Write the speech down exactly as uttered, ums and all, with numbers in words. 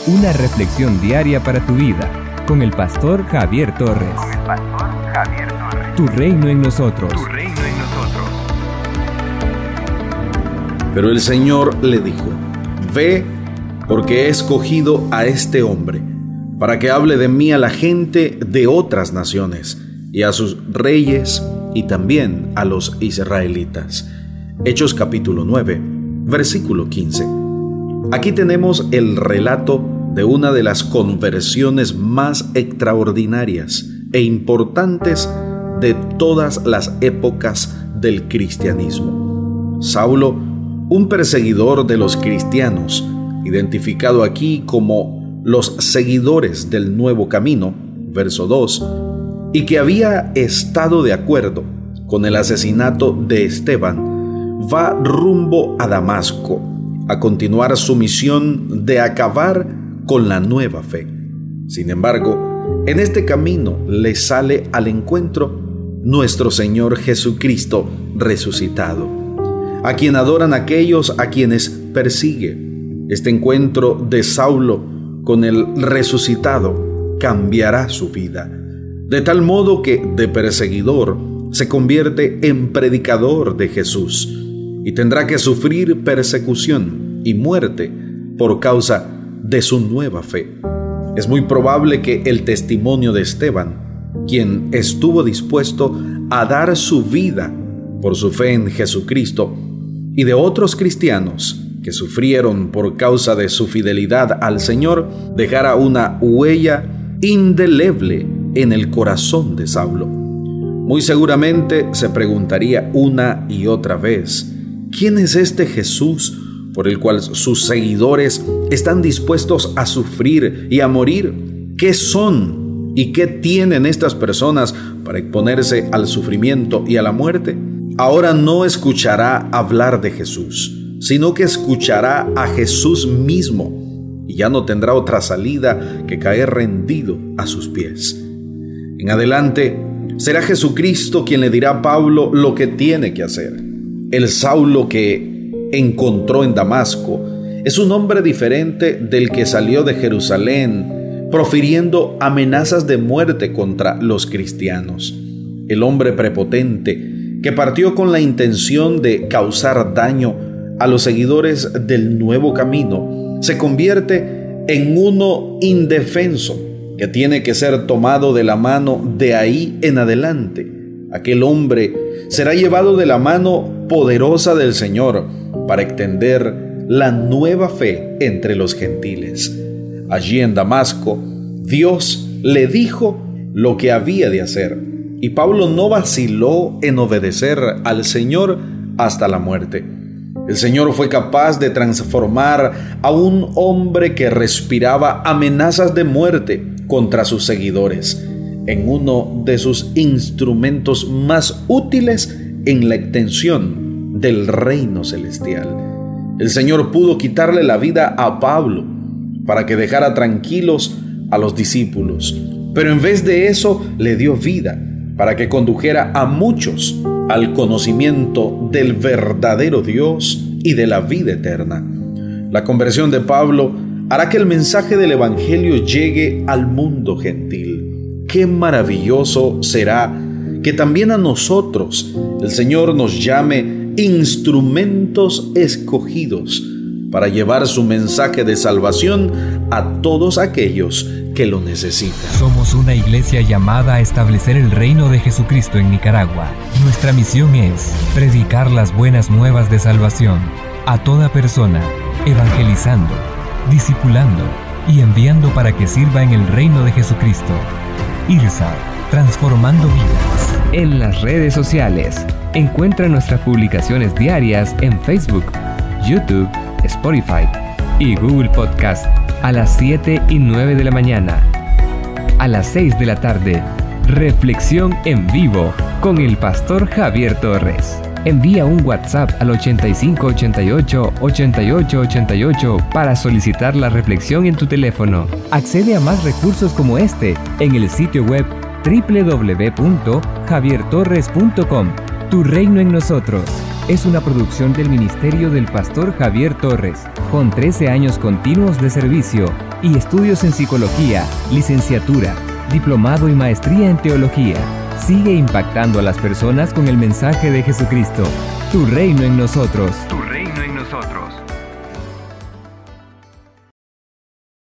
una reflexión diaria para tu vida, con el pastor Javier Torres. Con el pastor Javier Torres. Tu reino en nosotros. Tu reino en nosotros. Pero el Señor le dijo: Ve, porque he escogido a este hombre, para que hable de mí a la gente de otras naciones, y a sus reyes, y también a los israelitas. Hechos capítulo nueve, versículo quince. Aquí tenemos el relato de una de las conversiones más extraordinarias e importantes de todas las épocas del cristianismo. Saulo, un perseguidor de los cristianos, identificado aquí como los seguidores del nuevo camino, verso dos, y que había estado de acuerdo con el asesinato de Esteban, va rumbo a Damasco a continuar su misión de acabar con la nueva fe. Sin embargo, en este camino le sale al encuentro nuestro Señor Jesucristo resucitado, a quien adoran aquellos a quienes persigue. Este encuentro de Saulo con el resucitado cambiará su vida, de tal modo que de perseguidor se convierte en predicador de Jesús y tendrá que sufrir persecución y muerte por causa de su nueva fe. Es muy probable que el testimonio de Esteban, quien estuvo dispuesto a dar su vida por su fe en Jesucristo, y de otros cristianos que sufrieron por causa de su fidelidad al Señor, dejara una huella indeleble en el corazón de Saulo. Muy seguramente se preguntaría una y otra vez: ¿quién es este Jesús por el cual sus seguidores están dispuestos a sufrir y a morir? ¿Qué son y qué tienen estas personas para exponerse al sufrimiento y a la muerte? Ahora no escuchará hablar de Jesús, sino que escuchará a Jesús mismo, y ya no tendrá otra salida que caer rendido a sus pies. En adelante será Jesucristo quien le dirá a Pablo lo que tiene que hacer. El Saulo que encontró en Damasco es un hombre diferente del que salió de Jerusalén, profiriendo amenazas de muerte contra los cristianos. El hombre prepotente que partió con la intención de causar daño a los seguidores del nuevo camino, se convierte en uno indefenso que tiene que ser tomado de la mano de ahí en adelante. Aquel hombre será llevado de la mano poderosa del Señor para extender la nueva fe entre los gentiles. Allí en Damasco, Dios le dijo lo que había de hacer, y Pablo no vaciló en obedecer al Señor hasta la muerte. El Señor fue capaz de transformar a un hombre que respiraba amenazas de muerte contra sus seguidores en uno de sus instrumentos más útiles en la extensión del reino celestial. El Señor pudo quitarle la vida a Pablo para que dejara tranquilos a los discípulos, pero en vez de eso le dio vida para que condujera a muchos al conocimiento del verdadero Dios y de la vida eterna. La conversión de Pablo hará que el mensaje del Evangelio llegue al mundo gentil. Qué maravilloso será que también a nosotros el Señor nos llame instrumentos escogidos para llevar su mensaje de salvación a todos aquellos que lo necesitan. Somos una iglesia llamada a establecer el reino de Jesucristo en Nicaragua. Nuestra misión es predicar las buenas nuevas de salvación a toda persona, evangelizando, discipulando y enviando para que sirva en el reino de Jesucristo. IRSA, transformando vidas. En las redes sociales, encuentra nuestras publicaciones diarias en Facebook, YouTube, Spotify y Google Podcast a las siete y nueve de la mañana. A las seis de la tarde, reflexión en vivo con el pastor Javier Torres. Envía un WhatsApp al ochenta y cinco ochenta y ocho ochenta y ocho ochenta y ocho para solicitar la reflexión en tu teléfono. Accede a más recursos como este en el sitio web doble u doble u doble u punto javier torres punto com. Tu reino en nosotros. es una producción del Ministerio del Pastor Javier Torres, con trece años continuos de servicio y estudios en psicología, licenciatura, diplomado y maestría en teología. Sigue impactando a las personas con el mensaje de Jesucristo. Tu reino en nosotros. Tu reino en nosotros.